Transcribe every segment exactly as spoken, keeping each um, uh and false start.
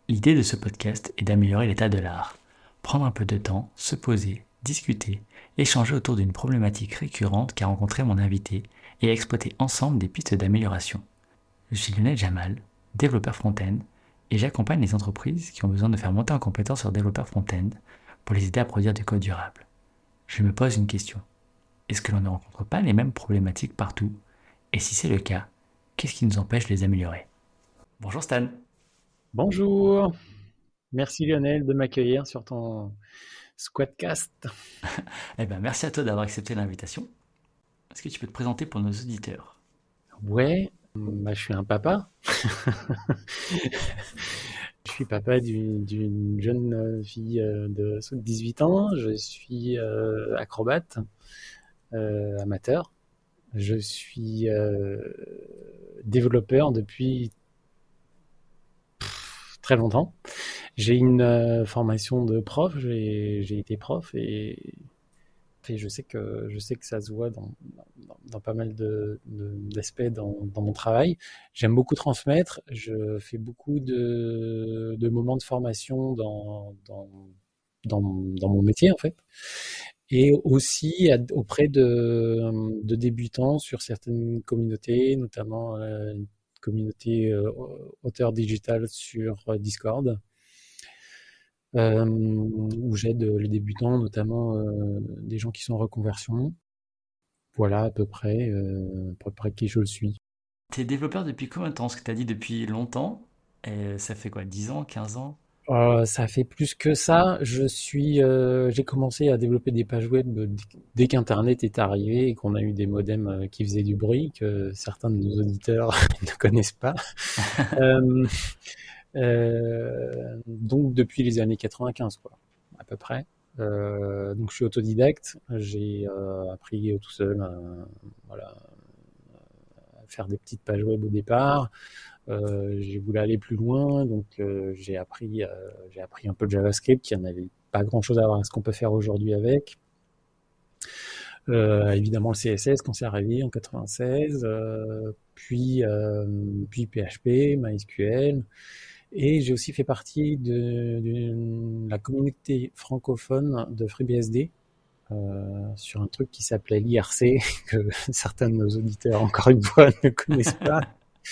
L'idée de ce podcast est d'améliorer l'état de l'art. Prendre un peu de temps, se poser, discuter, échanger autour d'une problématique récurrente qu'a rencontré mon invité et exploiter ensemble des pistes d'amélioration. Je suis Lionel Jamal, développeur front-end, et j'accompagne les entreprises qui ont besoin de faire monter en compétence leurs développeurs front-end pour les aider à produire du code durable. Je me pose une question. Est-ce que l'on ne rencontre pas les mêmes problématiques partout? Et si c'est le cas, qu'est-ce qui nous empêche de les améliorer? Bonjour Stan. Bonjour, merci Lionel de m'accueillir sur ton Squadcast. Eh ben, merci à toi d'avoir accepté l'invitation. Est-ce que tu peux te présenter pour nos auditeurs? Ouais, bah, je suis un papa. Je suis papa d'une, d'une jeune fille euh, de dix-huit ans. Je suis euh, acrobate, euh, amateur. Je suis euh, développeur depuis très longtemps. J'ai une euh, formation de prof, j'ai, j'ai été prof et Et je sais que je sais que ça se voit dans, dans, dans pas mal de, de- d'aspects dans, dans mon travail. J'aime beaucoup transmettre. Je fais beaucoup de, de moments de formation dans, dans, dans, dans mon métier en fait, et aussi à- auprès de, de débutants sur certaines communautés, notamment euh, une communauté euh, auteur digital sur euh, Discord, euh, où j'aide les débutants, notamment euh, des gens qui sont en reconversion. Voilà à peu près, euh, à peu près qui je suis. T'es développeur depuis combien de temps? Parce que t'as dit depuis longtemps. Et ça fait quoi, dix ans, quinze ans? Euh, ça fait plus que ça. Je suis, euh, j'ai commencé à développer des pages web dès dès qu'Internet est arrivé et qu'on a eu des modems euh, qui faisaient du bruit que certains de nos auditeurs ne connaissent pas. Euh, euh, donc depuis les années quatre-vingt-quinze, quoi, à peu près. Euh, donc je suis autodidacte. J'ai euh, appris tout seul, à, voilà, à faire des petites pages web au départ. Euh, j'ai voulu aller plus loin, donc euh, j'ai appris, euh, j'ai appris un peu de JavaScript, qui n'avait pas grand-chose à voir avec ce qu'on peut faire aujourd'hui avec. Euh, évidemment le C S S quand c'est arrivé en quatre-vingt-seize, euh, puis, euh, puis P H P, MySQL, et j'ai aussi fait partie de, de la communauté francophone de FreeBSD, euh, sur un truc qui s'appelait l'I R C, que certains de nos auditeurs, encore une fois, ne connaissent pas.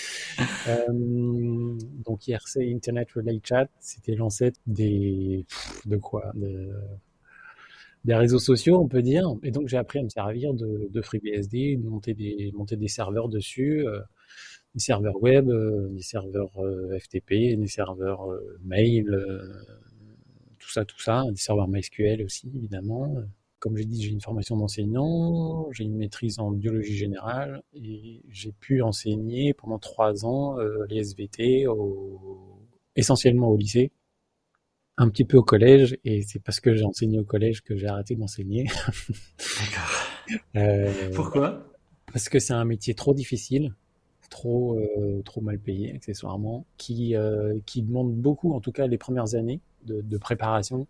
Euh, donc I R C, Internet Relay Chat, c'était l'ancêtre des de quoi de- des réseaux sociaux, on peut dire. Et donc j'ai appris à me servir de, de FreeBSD, de monter des monter des serveurs dessus, euh, des serveurs web, euh, des serveurs euh, F T P, des serveurs euh, mail, euh, tout ça, tout ça, des serveurs MySQL aussi évidemment. Comme j'ai dit, j'ai une formation d'enseignant, j'ai une maîtrise en biologie générale et j'ai pu enseigner pendant trois ans euh, les S V T au- essentiellement au lycée, un petit peu au collège, et c'est parce que j'ai enseigné au collège que j'ai arrêté d'enseigner. D'accord. Euh, Pourquoi? Parce que c'est un métier trop difficile, trop, euh, trop mal payé accessoirement, qui, euh, qui demande beaucoup, en tout cas les premières années de, de préparation.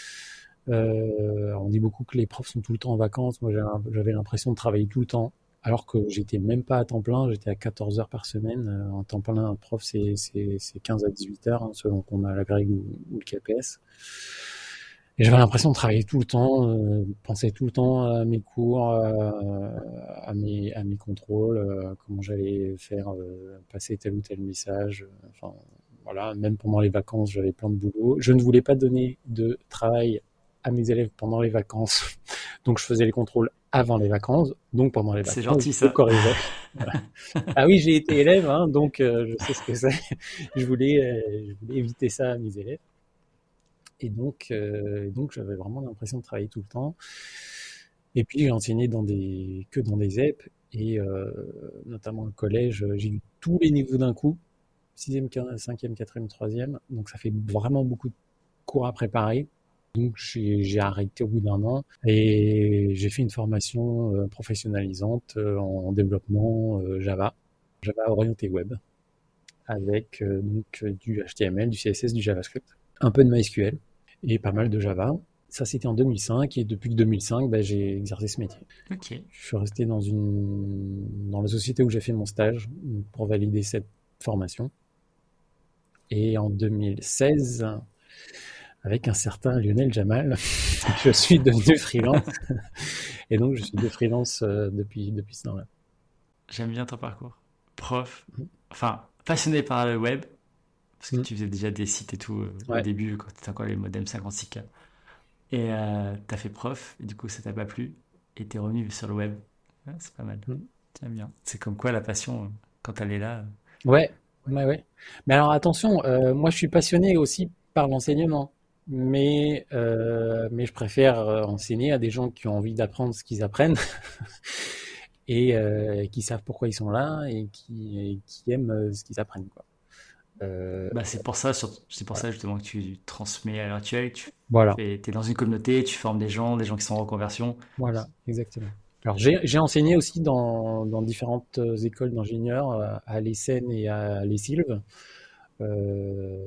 Euh, on dit beaucoup que les profs sont tout le temps en vacances. Moi, j'avais l'impression de travailler tout le temps, alors que j'étais même pas à temps plein. J'étais à quatorze heures par semaine. Euh, en temps plein, un prof, c'est, c'est, c'est quinze à dix-huit heures, hein, selon qu'on a la grègue ou, ou le K P S. Et j'avais l'impression de travailler tout le temps, euh, penser tout le temps à mes cours, euh, à mes, à mes contrôles, euh, comment j'allais faire euh, passer tel ou tel message. Enfin, voilà, même pendant les vacances, j'avais plein de boulot. Je ne voulais pas donner de travail à mes élèves pendant les vacances, donc je faisais les contrôles avant les vacances. Donc pendant les C'est vacances, gentil je ça. corrigeais. Voilà. Ah oui, j'ai été élève, hein, donc euh, je sais ce que c'est. Je voulais, euh, je voulais éviter ça à mes élèves. Et donc, euh, donc j'avais vraiment l'impression de travailler tout le temps. Et puis j'ai enseigné dans des, que dans des Z E P, et euh, notamment au collège, j'ai eu tous les niveaux d'un coup, sixième, cinquième, quatrième, troisième. Donc ça fait vraiment beaucoup de cours à préparer. Donc j'ai j'ai arrêté au bout d'un an et j'ai fait une formation euh, professionnalisante euh, en développement euh, Java, Java orienté web, avec euh, donc du H T M L, du C S S, du JavaScript, un peu de MySQL et pas mal de Java. Ça, c'était en deux mille cinq, et depuis deux mille cinq, bah, j'ai exercé ce métier. Ok. Je suis resté dans une dans la société où j'ai fait mon stage pour valider cette formation. Et en deux mille seize, avec un certain Lionel Jamal, je suis devenu freelance. Et donc, je suis de freelance euh, depuis, depuis ce temps-là. J'aime bien ton parcours. Prof, enfin, passionné par le web, parce que Mm. tu faisais déjà des sites et tout euh, au Ouais. début, quand tu étais encore les modems cinquante-six K. Et euh, t'as fait prof, et du coup ça t'a pas plu, et t'es revenu sur le web. Ouais, c'est pas mal. Mm. J'aime bien. C'est comme quoi la passion, euh, quand elle est là. euh, Ouais, ouais, ouais. Mais alors attention, euh, moi je suis passionné aussi par l'enseignement, mais euh, mais je préfère euh, enseigner à des gens qui ont envie d'apprendre ce qu'ils apprennent et euh, qui savent pourquoi ils sont là et qui, et qui aiment euh, ce qu'ils apprennent, quoi. Euh, Bah, c'est pour ça, sur- c'est pour voilà, ça justement que tu transmets à l'heure actuelle. Tu voilà, fais, t'es dans une communauté, tu formes des gens, des gens qui sont en reconversion. voilà, exactement. Alors j'ai j'ai enseigné aussi dans, dans différentes euh, écoles d'ingénieurs euh, à l'ESSEN et à l'ESSILV. Euh,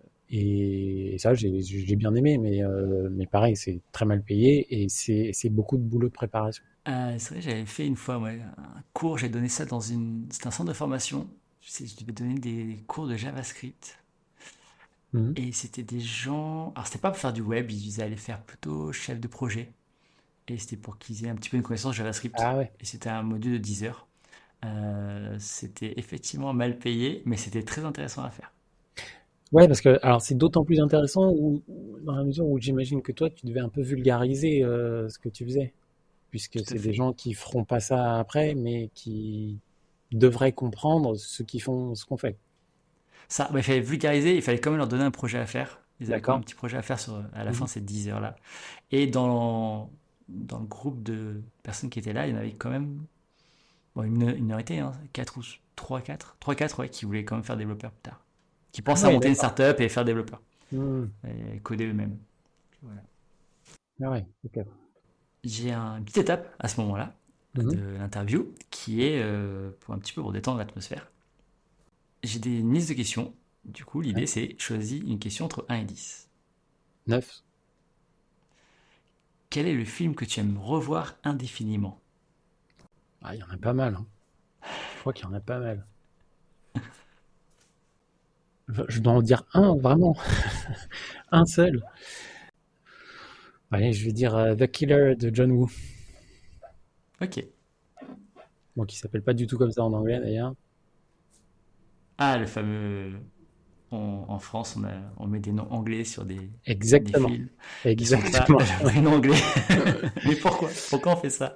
et ça, j'ai j'ai bien aimé, mais, euh, mais pareil, c'est très mal payé et c'est c'est beaucoup de boulot de préparation. Euh, c'est vrai, j'avais fait une fois ouais, un cours, j'ai donné ça dans une. C'était un centre de formation. Je sais, je devais donner des cours de JavaScript. Mhm. Et c'était des gens. Alors, c'était pas pour faire du web, ils allaient faire plutôt chef de projet. Et c'était pour qu'ils aient un petit peu une connaissance JavaScript. Ah ouais. Et c'était un module de dix heures. Euh, c'était effectivement mal payé, mais c'était très intéressant à faire. Ouais, parce que alors c'est d'autant plus intéressant où, où- dans la mesure où j'imagine que toi, tu devais un peu vulgariser euh, ce que tu faisais, puisque Tout à c'est des fait. gens qui feront pas ça après, mais qui devraient comprendre ce qu'ils font, ce qu'on fait. Ça, bah, il fallait vulgariser, il fallait quand même leur donner un projet à faire. Ils avaient quand même D'accord? un petit projet à faire sur, à la fin Mhm. de ces dix heures-là. Et dans, dans le groupe de personnes qui étaient là, il y en avait quand même bon, une, une minorité, hein, quatre ou trois quatre trois quatre ouais, qui voulaient quand même faire développeur plus tard. Qui Ah pensaient à ouais, monter une d'accord. startup et faire développeur. Mhm. Et coder eux-mêmes. Voilà. Ah ouais, ok. J'ai un- une petite étape à ce moment-là de Mhm. l'interview qui est euh, pour un petit peu pour détendre l'atmosphère. J'ai des une liste de questions. Du coup, Ouais. l'idée c'est choisir une question entre un et dix. Neuf. Quel est le film que tu aimes revoir indéfiniment? Ah, il y en a pas mal, hein. Je crois qu'il y en a pas mal. Je je dois en dire un, vraiment, un seul. Allez, je vais dire euh, The Killer de John Woo. Ok. Bon, qui s'appelle pas du tout comme ça en anglais d'ailleurs. Ah, le fameux. On- en France, on, a- on met des noms anglais sur des, des Exactement. films qui sont pas Exactement. le vrai nom anglais. Mais pourquoi? Pourquoi on fait ça?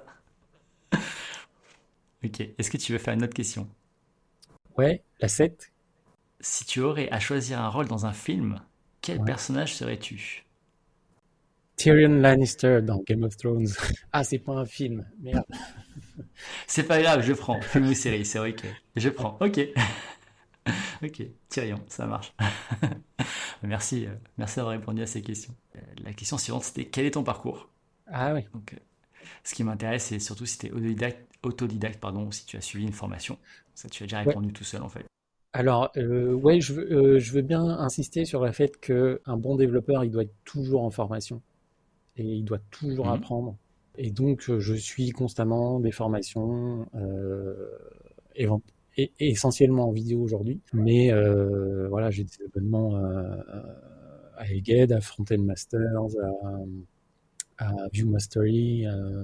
Ok. Est-ce que tu veux faire une autre question? Ouais, la sept. Si tu aurais à choisir un rôle dans un film, quel Ouais. personnage serais-tu? Tyrion Lannister dans Game of Thrones. Ah, c'est pas un film. Merde. C'est pas grave, je prends. Film ou série, c'est ok. Je prends. Ok. Ok. Tyrion, ça marche. Merci, euh, merci d'avoir répondu à ces questions. Euh, La question suivante, c'était quel est ton parcours? Ah oui. Donc, euh, ce qui m'intéresse, c'est surtout si tu es autodidacte, autodidacte, pardon, ou si tu as suivi une formation. Ça, tu as déjà Ouais. répondu tout seul, en fait. Alors, euh, ouais, je veux, euh, je veux bien insister sur le fait que un bon développeur, il doit être toujours en formation et il doit toujours Mhm. apprendre. Et donc, euh, je suis constamment des formations, euh, évent- et- et essentiellement en vidéo aujourd'hui. Mais euh, voilà, j'ai des abonnements à, à Egged, à Frontend Masters, à, à Viewmastery, euh,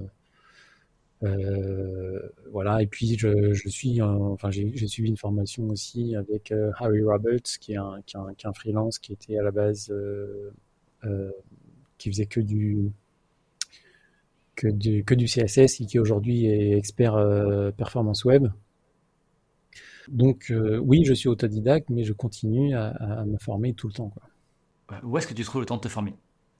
euh, voilà. Et puis, je, je suis, euh, enfin, j'ai j'ai suivi une formation aussi avec euh, Harry Roberts, qui est un, qui est un, qui est un freelance qui était à la base, euh, euh, qui faisait que du, que du, que du C S S et qui aujourd'hui est expert euh, performance web. Donc euh, oui, je suis autodidacte, mais je continue à, à me former tout le temps, quoi. Ouais. Où est-ce que tu trouves le temps de te former?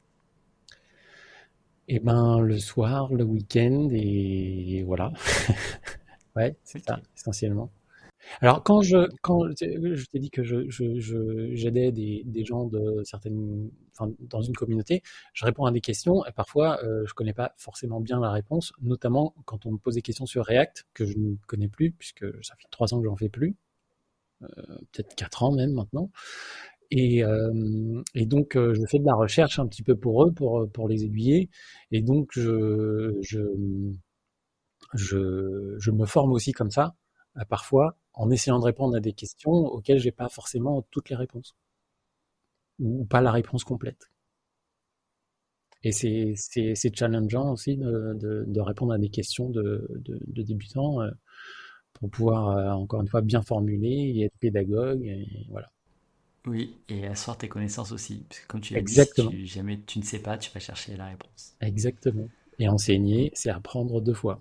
Et ben le soir, le week-end et voilà. Ouais, c'est Ok. ça, essentiellement. Alors quand je quand je t'ai dit que je je- je- j'aidais des, des gens de certaines enfin, dans une communauté, je réponds à des questions et parfois euh, je connais pas forcément bien la réponse, notamment quand on me pose des questions sur React que je ne connais plus puisque ça fait trois ans que j'en fais plus, peut-être quatre ans même maintenant. Et, euh, et donc, euh, je fais de la recherche un petit peu pour eux, pour, pour les aiguiller. Et donc, je, je, je, je me forme aussi comme ça, euh, parfois, en essayant de répondre à des questions auxquelles j'ai pas forcément toutes les réponses. ou, ou pas la réponse complète. Et c'est, c'est, c'est challengeant aussi de, de, de répondre à des questions de, de, de débutants euh, pour pouvoir, euh, encore une fois, bien formuler et être pédagogue. Et voilà. Oui, et asseoir tes connaissances aussi. Parce que comme tu l'as dit, si Exactement. tu jamais tu ne sais pas, tu vas chercher la réponse. Exactement. Et enseigner, c'est apprendre deux fois.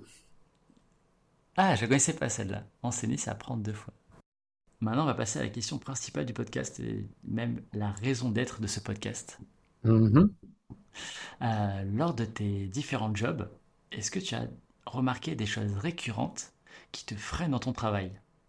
Ah, je ne connaissais pas celle-là. Enseigner, c'est apprendre deux fois. Maintenant, on va passer à la question principale du podcast et même la raison d'être de ce podcast. Mhm. Euh, lors de tes différents jobs, est-ce que tu as remarqué des choses récurrentes qui te freinent dans ton travail?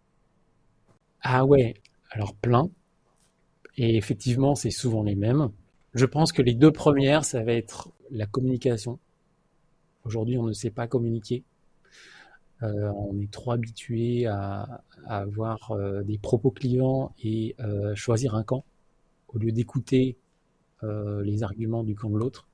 Ah ouais, alors plein. Et effectivement, c'est souvent les mêmes. Je pense que les deux premières, ça va être la communication. Aujourd'hui, on ne sait pas communiquer. Euh, on est trop habitué à, à avoir euh, des propos clivants et euh, choisir un camp au lieu d'écouter euh, les arguments du camp de l'autre.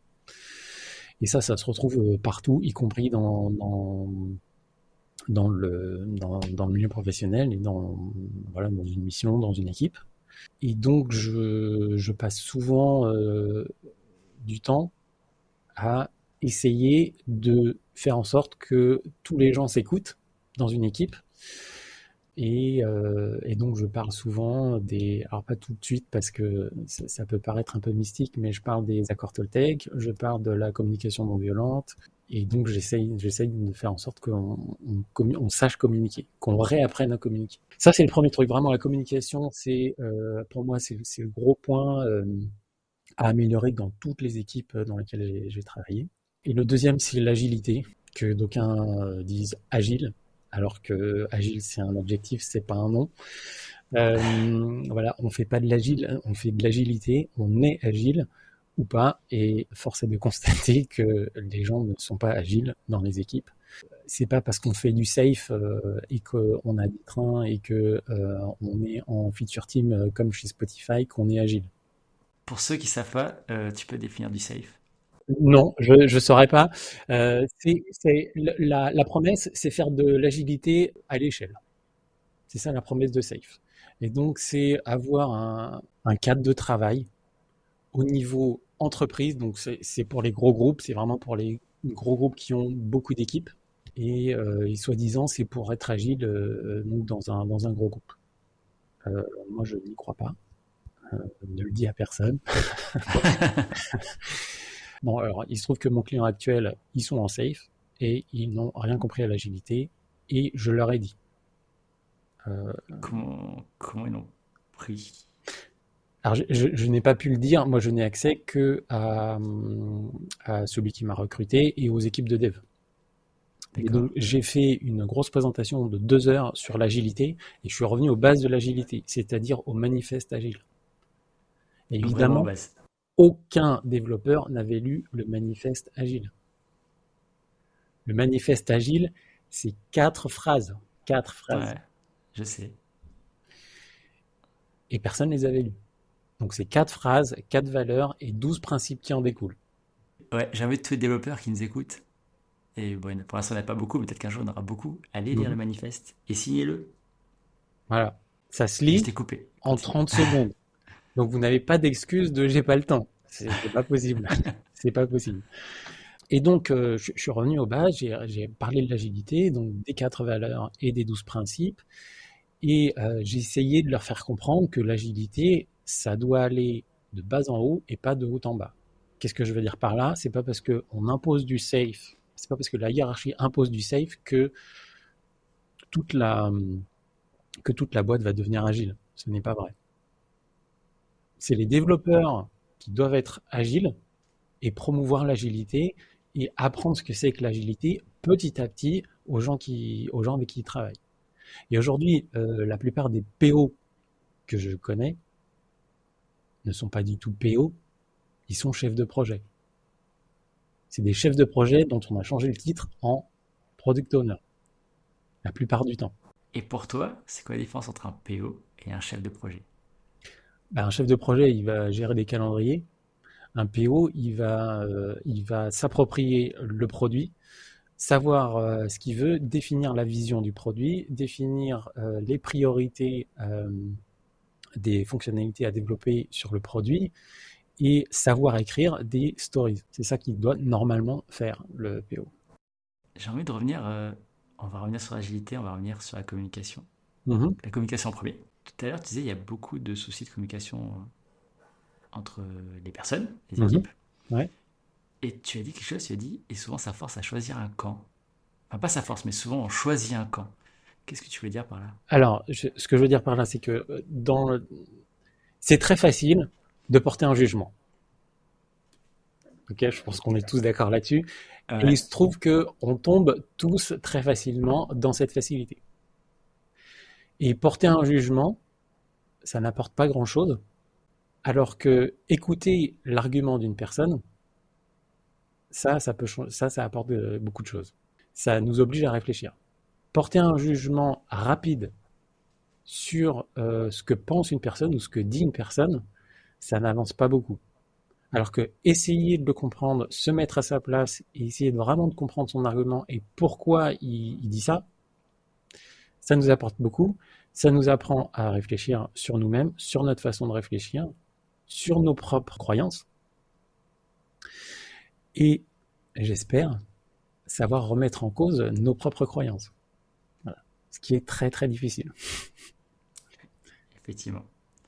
Et ça, ça se retrouve euh, partout, y compris dans, dans, dans, le, dans, dans le milieu professionnel et dans, voilà, dans une mission, dans une équipe. Et donc, je, je passe souvent euh, du temps à essayer de faire en sorte que tous les gens s'écoutent dans une équipe. Et, euh, et donc, je parle souvent des... Alors, pas tout de suite parce que ça, ça peut paraître un peu mystique, mais je parle des accords Toltec, je parle de la communication non violente. Et donc, j'essaye, j'essaye de faire en sorte qu'on on, commu- on sache communiquer, qu'on réapprenne à communiquer. Ça, c'est le premier truc. Vraiment, la communication, c'est euh, pour moi, c'est, c'est le gros point euh, à améliorer dans toutes les équipes dans lesquelles j'ai, j'ai travaillé. Et le deuxième, c'est l'agilité, que d'aucuns euh, disent agile, alors que agile, c'est un objectif, c'est pas un nom. Euh, voilà, on fait pas de l'agile, on fait de l'agilité, on est agile ou pas, et force est de constater que les gens ne sont pas agiles dans les équipes. C'est pas parce qu'on fait du safe euh, et qu'on a des trains et que euh, on est en feature team euh, comme chez Spotify qu'on est agile. Pour ceux qui savent pas, euh, tu peux définir du safe. Non, je je saurais pas. Euh, c'est c'est la, la promesse, c'est faire de l'agilité à l'échelle. C'est ça la promesse de Safe. Et donc c'est avoir un, un cadre de travail au niveau entreprise. Donc c'est c'est pour les gros groupes, c'est vraiment pour les gros groupes qui ont beaucoup d'équipes. Et, euh, et soi-disant, c'est pour être agile euh, donc dans un dans un gros groupe. Euh, moi, je n'y crois pas. Euh, ne le dis à personne. Bon, alors, il se trouve que mon client actuel, ils sont en safe et ils n'ont rien compris à l'agilité et je leur ai dit. Euh, Comment, comment ils l'ont pris? alors, je, je, je n'ai pas pu le dire, moi je n'ai accès que à, à celui qui m'a recruté et aux équipes de dev. Et D'accord. donc, j'ai fait une grosse présentation de deux heures sur l'agilité et je suis revenu aux bases de l'agilité, c'est-à-dire au manifeste agile. Et Vraiment, évidemment, bah, c'est- aucun développeur n'avait lu le manifeste agile. Le manifeste agile, c'est quatre phrases. Quatre phrases. ouais, je sais. Et personne ne les avait lues. Donc c'est quatre phrases, quatre valeurs et douze principes qui en découlent. Ouais, j'invite tous les développeurs qui nous écoutent. Et bon, pour l'instant, on n'a pas beaucoup, mais peut-être qu'un jour, on aura beaucoup. Allez lire Mmh. le manifeste et signez-le. Voilà. Ça se Et je lit t'ai coupé. en Continue. trente secondes. Donc vous n'avez pas d'excuse de j'ai pas le temps. C'est c'est pas possible. C'est pas possible. Et donc euh, je, je suis revenu au bas, j'ai j'ai parlé de l'agilité, donc des quatre valeurs et des douze principes. Et euh, j'ai essayé de leur faire comprendre que l'agilité, ça doit aller de bas en haut et pas de haut en bas. Qu'est-ce que je veux dire par là? C'est pas parce qu'on impose du safe, c'est pas parce que la hiérarchie impose du safe que toute la, que toute la boîte va devenir agile. Ce n'est pas vrai. C'est les développeurs qui doivent être agiles et promouvoir l'agilité et apprendre ce que c'est que l'agilité petit à petit aux gens, qui, aux gens avec qui ils travaillent. Et aujourd'hui, euh, la plupart des P O que je connais ne sont pas du tout P O, ils sont chefs de projet. C'est des chefs de projet dont on a changé le titre en product owner, la plupart du temps. Et pour toi, c'est quoi la différence entre un P O et un chef de projet? Ben, un chef de projet, il va gérer des calendriers. Un P O, il va, euh, il va s'approprier le produit, savoir euh, ce qu'il veut, définir la vision du produit, définir euh, les priorités euh, des fonctionnalités à développer sur le produit et savoir écrire des stories. C'est ça qu'il doit normalement faire, le P O. J'ai envie de revenir, euh, on va revenir sur l'agilité, on va revenir sur la communication. Mm-hmm. La communication en premier. Tout à l'heure, tu disais il y a beaucoup de soucis de communication euh, entre les personnes, les Mm-hmm. équipes. Ouais. Et tu as dit quelque chose, tu as dit, et souvent ça force à choisir un camp. Enfin, pas ça force, mais souvent on choisit un camp. Qu'est-ce que tu voulais dire par là? Alors, je, ce que je veux dire par là, c'est que dans le, c'est très facile de porter un jugement. Ok, je pense qu'on est tous d'accord là-dessus. Ouais. Et il se trouve que on tombe tous très facilement dans cette facilité. Et porter un jugement, ça n'apporte pas grand-chose, alors que écouter l'argument d'une personne, ça, ça peut, ça, ça apporte beaucoup de choses. Ça nous oblige à réfléchir. Porter un jugement rapide sur euh, ce que pense une personne ou ce que dit une personne, ça n'avance pas beaucoup. Alors que essayer de le comprendre, se mettre à sa place et essayer de vraiment de comprendre son argument et pourquoi il, il dit ça, ça nous apporte beaucoup. Ça nous apprend à réfléchir sur nous-mêmes, sur notre façon de réfléchir, sur nos propres croyances. Et j'espère savoir remettre en cause nos propres croyances. Voilà. Ce qui est très très difficile. Effectivement.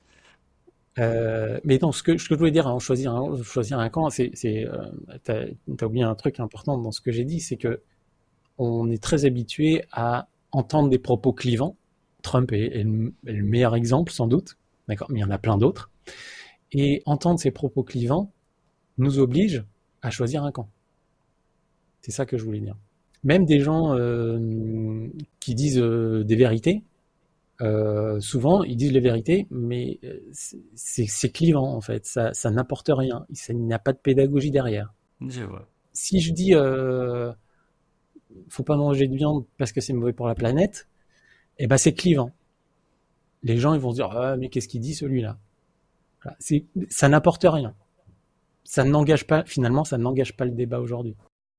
Euh, mais non, ce que, ce que je voulais dire en choisir un, choisir un camp, c'est, c'est euh, t'as, t'as oublié un truc important dans ce que j'ai dit, c'est que on est très habitué à entendre des propos clivants. Trump est, est, le, est le meilleur exemple, sans doute, d'accord, mais il y en a plein d'autres. Et entendre ces propos clivants nous oblige à choisir un camp. C'est ça que je voulais dire. Même des gens euh, qui disent euh, des vérités, euh, souvent ils disent les vérités, mais c'est, c'est, c'est clivant en fait, ça, ça n'apporte rien, ça, il n'y a pas de pédagogie derrière. Je vois. Si je dis euh, faut pas manger de viande parce que c'est mauvais pour la planète, eh ben c'est clivant. Les gens ils vont se dire ah, mais qu'est-ce qu'il dit celui-là? Voilà. C'est, ça n'apporte rien. Ça n'engage pas, finalement, ça n'engage pas le débat aujourd'hui.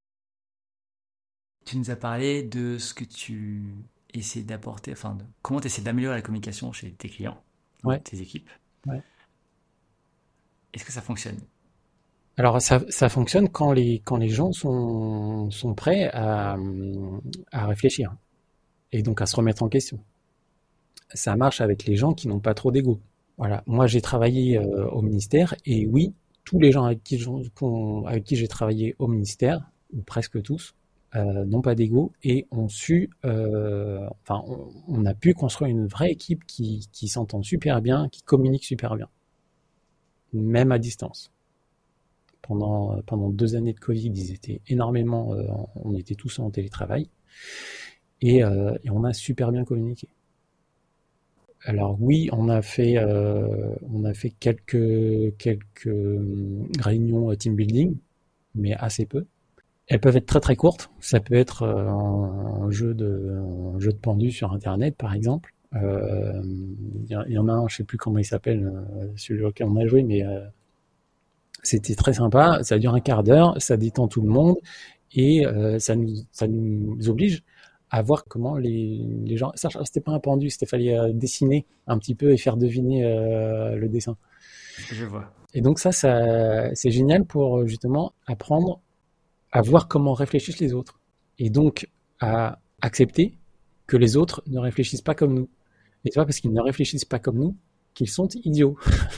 Tu nous as parlé de ce que tu essaies d'apporter, enfin, de, comment tu essaies d'améliorer la communication chez tes clients, ouais. tes équipes. Ouais. Est-ce que ça fonctionne? Alors, ça, ça fonctionne quand les, quand les gens sont, sont prêts à, à réfléchir et donc à se remettre en question. Ça marche avec les gens qui n'ont pas trop d'ego. Voilà. Moi, j'ai travaillé euh, au ministère et oui, tous les gens avec qui, je, avec qui j'ai travaillé au ministère, ou presque tous, euh, n'ont pas d'ego et ont su, euh, enfin, on, on a pu construire une vraie équipe qui, qui s'entend super bien, qui communique super bien, même à distance. Pendant, pendant deux années de Covid, ils étaient énormément, euh, on était tous en télétravail et, euh, et on a super bien communiqué. Alors oui, on a fait, euh, on a fait quelques, quelques réunions team building, mais assez peu. Elles peuvent être très très courtes. Ça peut être un jeu de, un jeu de pendu sur Internet, par exemple. Euh, il y en a un, je sais plus comment il s'appelle, celui auquel on a joué, mais euh, c'était très sympa. Ça dure un quart d'heure, ça détend tout le monde et euh, ça nous, ça nous oblige à voir comment les, les gens... Ça, c'était pas un pendu, c'était fallait euh, dessiner un petit peu et faire deviner euh, le dessin. Je vois. Et donc ça, ça, c'est génial pour justement apprendre à voir comment réfléchissent les autres. Et donc à accepter que les autres ne réfléchissent pas comme nous. Et c'est pas parce qu'ils ne réfléchissent pas comme nous qu'ils sont idiots.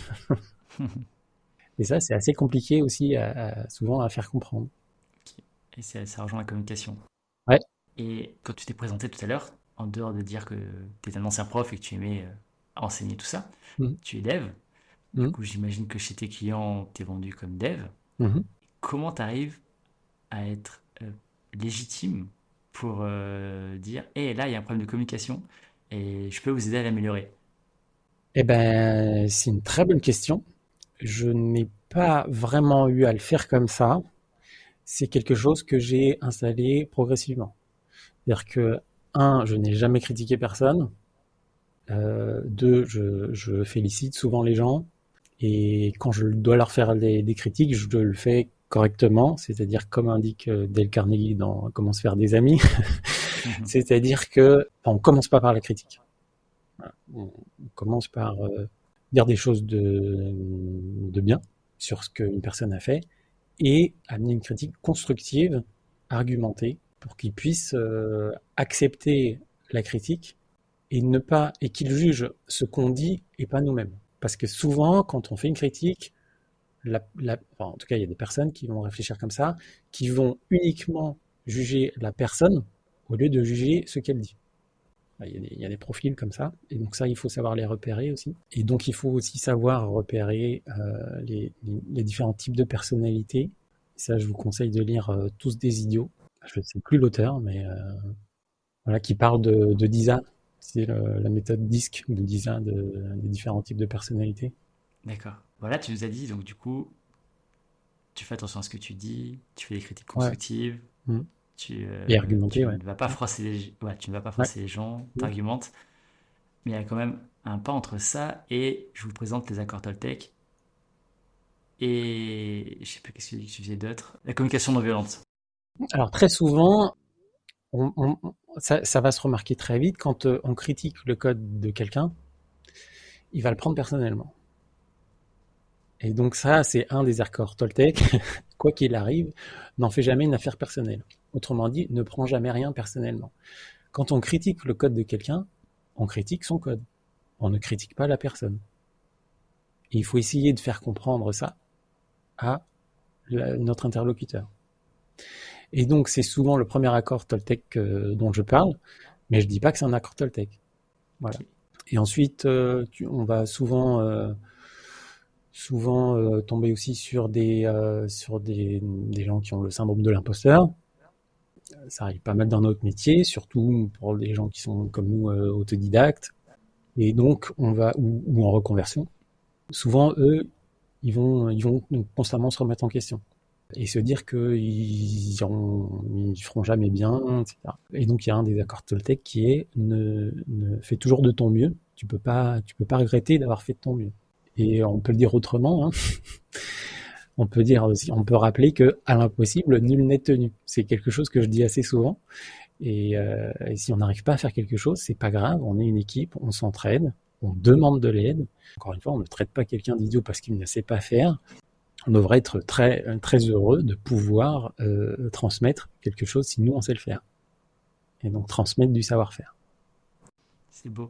Et ça, c'est assez compliqué aussi à, à, souvent à faire comprendre. Okay. Et ça, ça rejoint la communication. Ouais. Et quand tu t'es présenté tout à l'heure, en dehors de dire que tu es un ancien prof et que tu aimais euh, enseigner tout ça, mmh. tu es dev. Du mmh. coup, j'imagine que chez tes clients, tu es vendu comme dev. Mmh. Comment tu arrives à être euh, légitime pour euh, dire « Hé, là, il y a un problème de communication et je peux vous aider à l'améliorer » ? Eh ben, c'est une très bonne question. Je n'ai pas vraiment eu à le faire comme ça. C'est quelque chose que j'ai installé progressivement. C'est-à-dire que, un, je n'ai jamais critiqué personne. Euh, deux, je, je félicite souvent les gens. Et quand je dois leur faire des, des critiques, je le fais correctement. C'est-à-dire, comme indique Dale Carnegie dans Comment se faire des amis. C'est-à-dire que, enfin, on commence pas par la critique. On commence par euh, dire des choses de, de bien sur ce qu'une personne a fait et amener une critique constructive, argumentée, pour qu'il puisse euh, accepter la critique et ne pas et qu'il juge ce qu'on dit et pas nous-mêmes. Parce que souvent, quand on fait une critique, la, la, enfin, en tout cas, il y a des personnes qui vont réfléchir comme ça, qui vont uniquement juger la personne au lieu de juger ce qu'elle dit. Il y, a des, il y a des profils comme ça, et donc ça, il faut savoir les repérer aussi. Et donc, il faut aussi savoir repérer euh, les, les, les différents types de personnalités. Ça, je vous conseille de lire euh, Tous des idiots. Je ne sais plus l'auteur, mais euh, voilà, qui parle de, de D I S A. C'est le, la méthode D I S C de D I S A, de, des différents types de personnalités. D'accord. Voilà, tu nous as dit, donc du coup, tu fais attention à ce que tu dis, tu fais des critiques constructives, ouais. mmh. tu, euh, Et argumenter, tu ouais. ne vas pas froisser les, ouais, tu ne vas pas Ouais. froisser les gens, t'argumentes, mais il y a quand même un pas entre ça et je vous présente les accords Toltec et je sais plus qu'est-ce que tu faisais d'autre, la communication non violente. Alors très souvent, on, on, ça, ça va se remarquer très vite quand euh, on critique le code de quelqu'un, il va le prendre personnellement. Et donc ça, c'est un des accords Toltec. Quoi qu'il arrive, n'en fais jamais une affaire personnelle. Autrement dit, ne prends jamais rien personnellement. Quand on critique le code de quelqu'un, on critique son code. On ne critique pas la personne. Et il faut essayer de faire comprendre ça à la, notre interlocuteur. Et donc, c'est souvent le premier accord Toltec euh, dont je parle, mais je dis pas que c'est un accord Toltec. Voilà. Okay. Et ensuite, euh, tu, on va souvent... Euh, souvent euh, tomber aussi sur des euh, sur des, des gens qui ont le syndrome de l'imposteur. Ça arrive pas mal dans notre métier, surtout pour les gens qui sont comme nous euh, autodidactes. Et donc on va ou, ou en reconversion. Souvent eux, ils vont ils vont constamment se remettre en question et se dire qu'ils iront, ils feront jamais bien, et cetera. Et donc il y a un des accords Toltec qui est ne, ne fais toujours de ton mieux. Tu peux pas tu peux pas regretter d'avoir fait de ton mieux. Et on peut le dire autrement, hein. On peut dire aussi, on peut rappeler que à l'impossible, nul n'est tenu. C'est quelque chose que je dis assez souvent. Et, euh, et si on n'arrive pas à faire quelque chose, c'est pas grave. On est une équipe, on s'entraide, on demande de l'aide. Encore une fois, on ne traite pas quelqu'un d'idiot parce qu'il ne sait pas faire. On devrait être très très heureux de pouvoir euh, transmettre quelque chose si nous on sait le faire. Et donc transmettre du savoir-faire. C'est beau.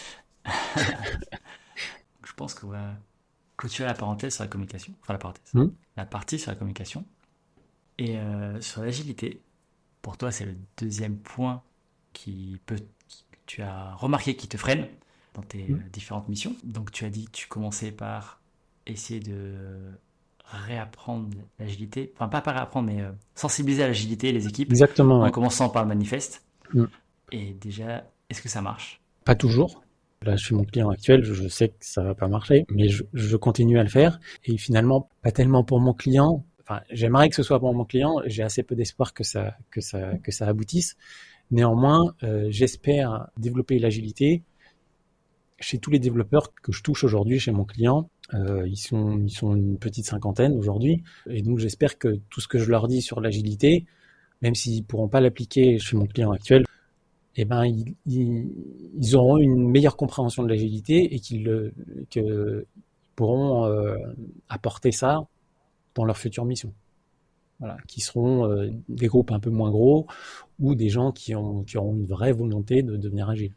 Je pense qu'on va clôturer la parenthèse sur la communication, enfin la parenthèse, mmh. la partie sur la communication. Et euh, sur l'agilité, pour toi, c'est le deuxième point qui peut, qui, que tu as remarqué qui te freine dans tes mmh. euh, différentes missions. Donc tu as dit que tu commençais par essayer de réapprendre l'agilité, enfin pas par réapprendre, mais euh, sensibiliser à l'agilité les équipes. Exactement. En ouais. commençant par le manifeste. Mmh. Et déjà, est-ce que ça marche ? Pas toujours. Là, je suis mon client actuel, je sais que ça va pas marcher, mais je, je continue à le faire. Et finalement, pas tellement pour mon client. Enfin, j'aimerais que ce soit pour mon client. J'ai assez peu d'espoir que ça, que ça, que ça aboutisse. Néanmoins, euh, j'espère développer l'agilité chez tous les développeurs que je touche aujourd'hui chez mon client. Euh, ils sont, ils sont une petite cinquantaine aujourd'hui. Et donc, j'espère que tout ce que je leur dis sur l'agilité, même s'ils pourront pas l'appliquer chez mon client actuel, eh ben, ils, ils, ils auront une meilleure compréhension de l'agilité et qu'ils que, pourront euh, apporter ça dans leur future mission. Voilà, qui seront euh, des groupes un peu moins gros ou des gens qui, ont, qui auront une vraie volonté de devenir agile.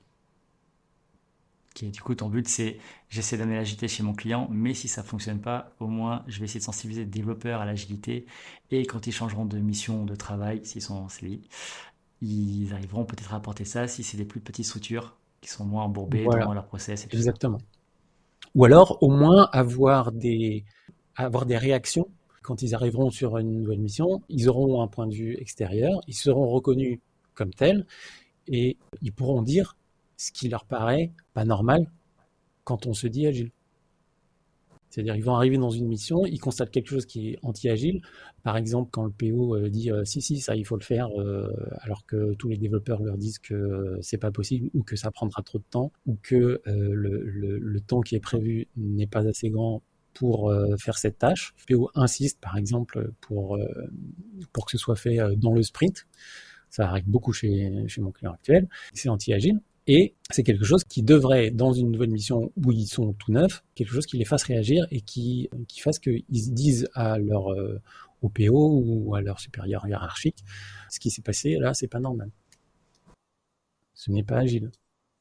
Okay, du coup, ton but, c'est j'essaie d'amener l'agilité chez mon client, mais si ça ne fonctionne pas, au moins, je vais essayer de sensibiliser les développeurs à l'agilité et quand ils changeront de mission, de travail, s'ils sont en C D I, ils arriveront peut-être à apporter ça si c'est des plus petites structures qui sont moins embourbées voilà. dans leur process. Et tout Exactement. Ça. Ou alors, au moins, avoir des, avoir des réactions quand ils arriveront sur une nouvelle mission. Ils auront un point de vue extérieur, ils seront reconnus comme tels et ils pourront dire ce qui leur paraît pas normal quand on se dit agile. C'est-à-dire ils vont arriver dans une mission, ils constatent quelque chose qui est anti-agile. Par exemple, quand le P O dit euh, « si, si, ça, il faut le faire euh, », alors que tous les développeurs leur disent que euh, c'est pas possible ou que ça prendra trop de temps ou que euh, le, le, le temps qui est prévu n'est pas assez grand pour euh, faire cette tâche. Le P O insiste, par exemple, pour, euh, pour que ce soit fait euh, dans le sprint. Ça arrive beaucoup chez, chez mon client actuel. C'est anti-agile. Et c'est quelque chose qui devrait, dans une nouvelle mission où ils sont tout neufs, quelque chose qui les fasse réagir et qui, qui fasse qu'ils disent à leur, euh, au P O ou à leur supérieur hiérarchique, ce qui s'est passé là, c'est pas normal. Ce n'est pas agile.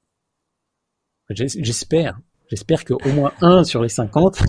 J'espère, j'espère qu'au moins un sur les cinquante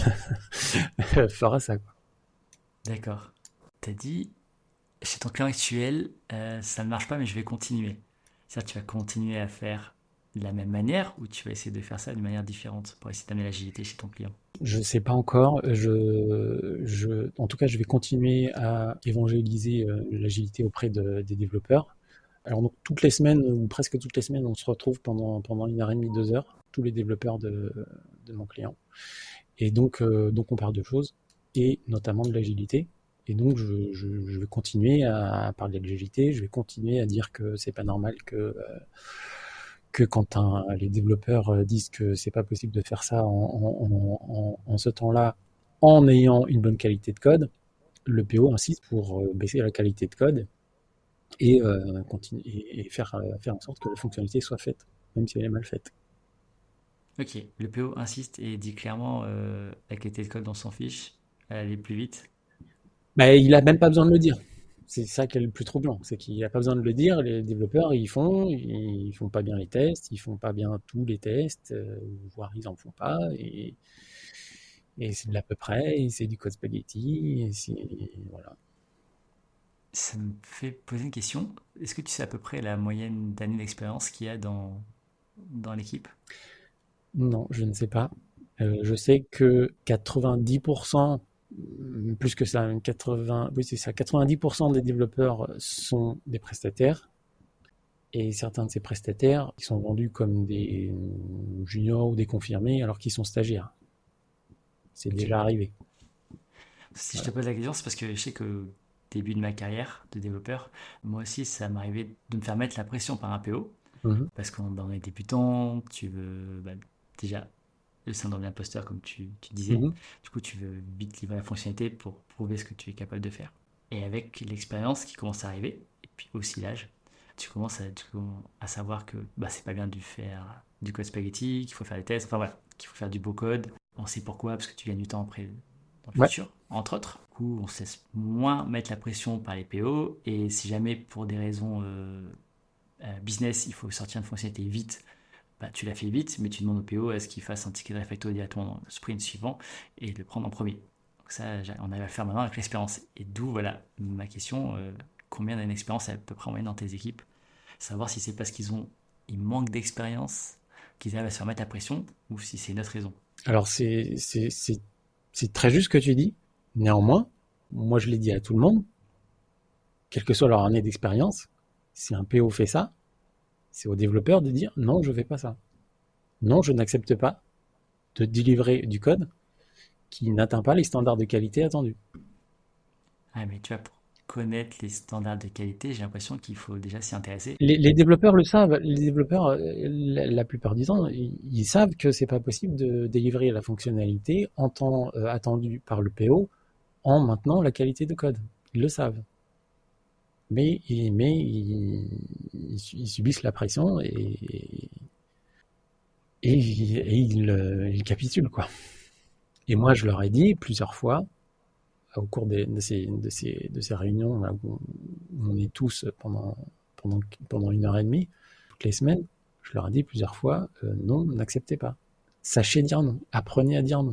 fera ça, quoi. D'accord. T'as dit, chez ton client actuel, euh, ça ne marche pas, mais je vais continuer. C'est-à-dire, tu vas continuer à faire de la même manière ou tu vas essayer de faire ça d'une manière différente pour essayer d'amener l'agilité chez ton client? Je sais pas encore. Je, je, en tout cas, je vais continuer à évangéliser euh, l'agilité auprès de, des développeurs. Alors donc toutes les semaines ou presque toutes les semaines, on se retrouve pendant pendant une heure et demie, deux heures, tous les développeurs de, de mon client. Et donc euh, donc on parle de choses et notamment de l'agilité. Et donc je, je, je vais continuer à parler de l'agilité. Je vais continuer à dire que c'est pas normal que euh, que quand un, les développeurs euh, disent que c'est pas possible de faire ça en, en, en, en ce temps-là, en ayant une bonne qualité de code, le P O insiste pour euh, baisser la qualité de code et, euh, continue, et, et faire, euh, faire en sorte que la fonctionnalité soit faite, même si elle est mal faite. Ok, le P O insiste et dit clairement euh, la qualité de code, on s'en fiche, elle aller plus vite. Mais il a même pas besoin de le dire. C'est ça qui est le plus troublant, c'est qu'il n'a pas besoin de le dire. Les développeurs, ils font, ils font pas bien les tests, ils font pas bien tous les tests, euh, voire ils en font pas. Et, et c'est de l'à peu près, et c'est du code spaghetti, et c'est voilà. Ça me fait poser une question. Est-ce que tu sais à peu près la moyenne d'années d'expérience qu'il y a dans, dans l'équipe? Non, je ne sais pas. Euh, je sais que quatre-vingt-dix pour cent, plus que ça, quatre-vingts, oui c'est ça, quatre-vingt-dix pour cent des développeurs sont des prestataires. Et certains de ces prestataires, ils sont vendus comme des juniors ou des confirmés alors qu'ils sont stagiaires. C'est Ok. déjà arrivé. Si je te Voilà. pose la question, c'est parce que je sais que début de ma carrière de développeur, moi aussi ça m'arrivait de me faire mettre la pression par un P O, Mhm, parce qu'on dans les débutants, tu veux bah, déjà le syndrome d'imposteur comme tu, tu disais, mhm, du coup tu veux vite livrer la fonctionnalité pour prouver ce que tu es capable de faire. Et avec l'expérience qui commence à arriver, et puis aussi l'âge, tu commences à, tu commences à savoir que bah, c'est pas bien de faire du code spaghetti, qu'il faut faire des tests, enfin voilà, qu'il faut faire du beau code. On sait pourquoi, parce que tu gagnes du temps après dans le ouais. futur, entre autres. Du coup, on se laisse moins mettre la pression par les P O, et si jamais pour des raisons euh, euh, business, il faut sortir une fonctionnalité vite, bah, tu la fais vite, mais tu demandes au P O à ce qu'il fasse un ticket de refacto directement dans le sprint suivant et le prendre en premier. Donc ça, on arrive à le faire maintenant avec l'expérience. Et d'où, voilà, ma question, euh, combien d'années d'expérience à peu près en moyenne dans tes équipes? Savoir si c'est parce qu'ils ont, ils manquent d'expérience qu'ils arrivent à se remettre la pression ou si c'est une autre raison. Alors c'est c'est c'est c'est très juste ce que tu dis. Néanmoins, moi je l'ai dit à tout le monde, quelle que soit leur année d'expérience, si un P O fait ça, c'est aux développeurs de dire non, je fais pas ça. Non, je n'accepte pas de délivrer du code qui n'atteint pas les standards de qualité attendus. Ah, mais tu vois, pour connaître les standards de qualité, j'ai l'impression qu'il faut déjà s'y intéresser. Les, les développeurs le savent. Les développeurs, euh, la, la plupart du temps, ils, ils savent que c'est pas possible de délivrer la fonctionnalité en temps euh, attendu par le P O en maintenant la qualité de code. Ils le savent. Mais, ils- mais ils, ils su- ils subissent la pression et, et, et ils, euh, ils capitulent, quoi. Et moi, je leur ai dit plusieurs fois, au cours des- de, ces, de, ces, de ces réunions là, où on est tous pendant, pendant, pendant une heure et demie, toutes les semaines, je leur ai dit plusieurs fois, euh, non, n'acceptez pas. Sachez dire non. Apprenez à dire non.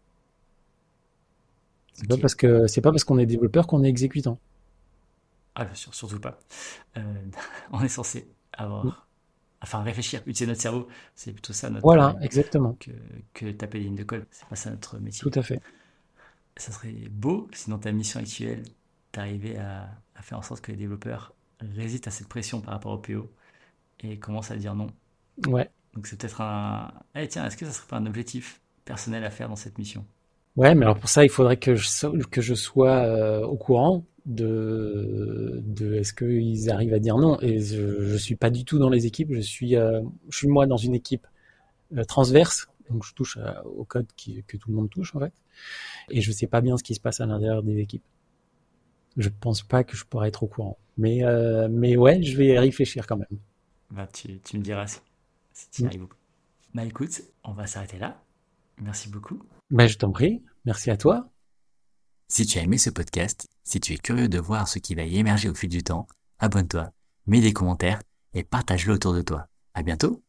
C'est pas Ok. parce que c'est pas parce qu'on est développeur qu'on est exécutant. Ah, bien sûr, surtout pas. Euh, on est censé avoir, enfin réfléchir, utiliser notre cerveau. C'est plutôt ça notre Voilà, travail exactement. que, que taper des lignes de code. C'est pas ça notre Tout métier. à fait. Ça serait beau si dans ta mission actuelle, t'arrivais à, à faire en sorte que les développeurs résistent à cette pression par rapport au P O et commencent à dire non. Ouais. Donc c'est peut-être un... Eh tiens, est-ce que ça serait pas un objectif personnel à faire dans cette mission? Ouais, mais alors pour ça, il faudrait que je, so- que je sois euh, au courant de, de est-ce qu'ils arrivent à dire non. Et je, je suis pas du tout dans les équipes. Je suis, euh, je suis moi dans une équipe euh, transverse, donc je touche à- au code qui, que tout le monde touche en fait. Et je sais pas bien ce qui se passe à l'intérieur des équipes. Je pense pas que je pourrais être au courant. Mais, euh, mais ouais, je vais y réfléchir quand même. Bah tu, tu me diras. si tu y arrives. Bah écoute, on va s'arrêter là. Merci beaucoup. Ben, je t'en prie. Merci à toi. Si tu as aimé ce podcast, si tu es curieux de voir ce qui va y émerger au fil du temps, abonne-toi, mets des commentaires et partage-le autour de toi. À bientôt!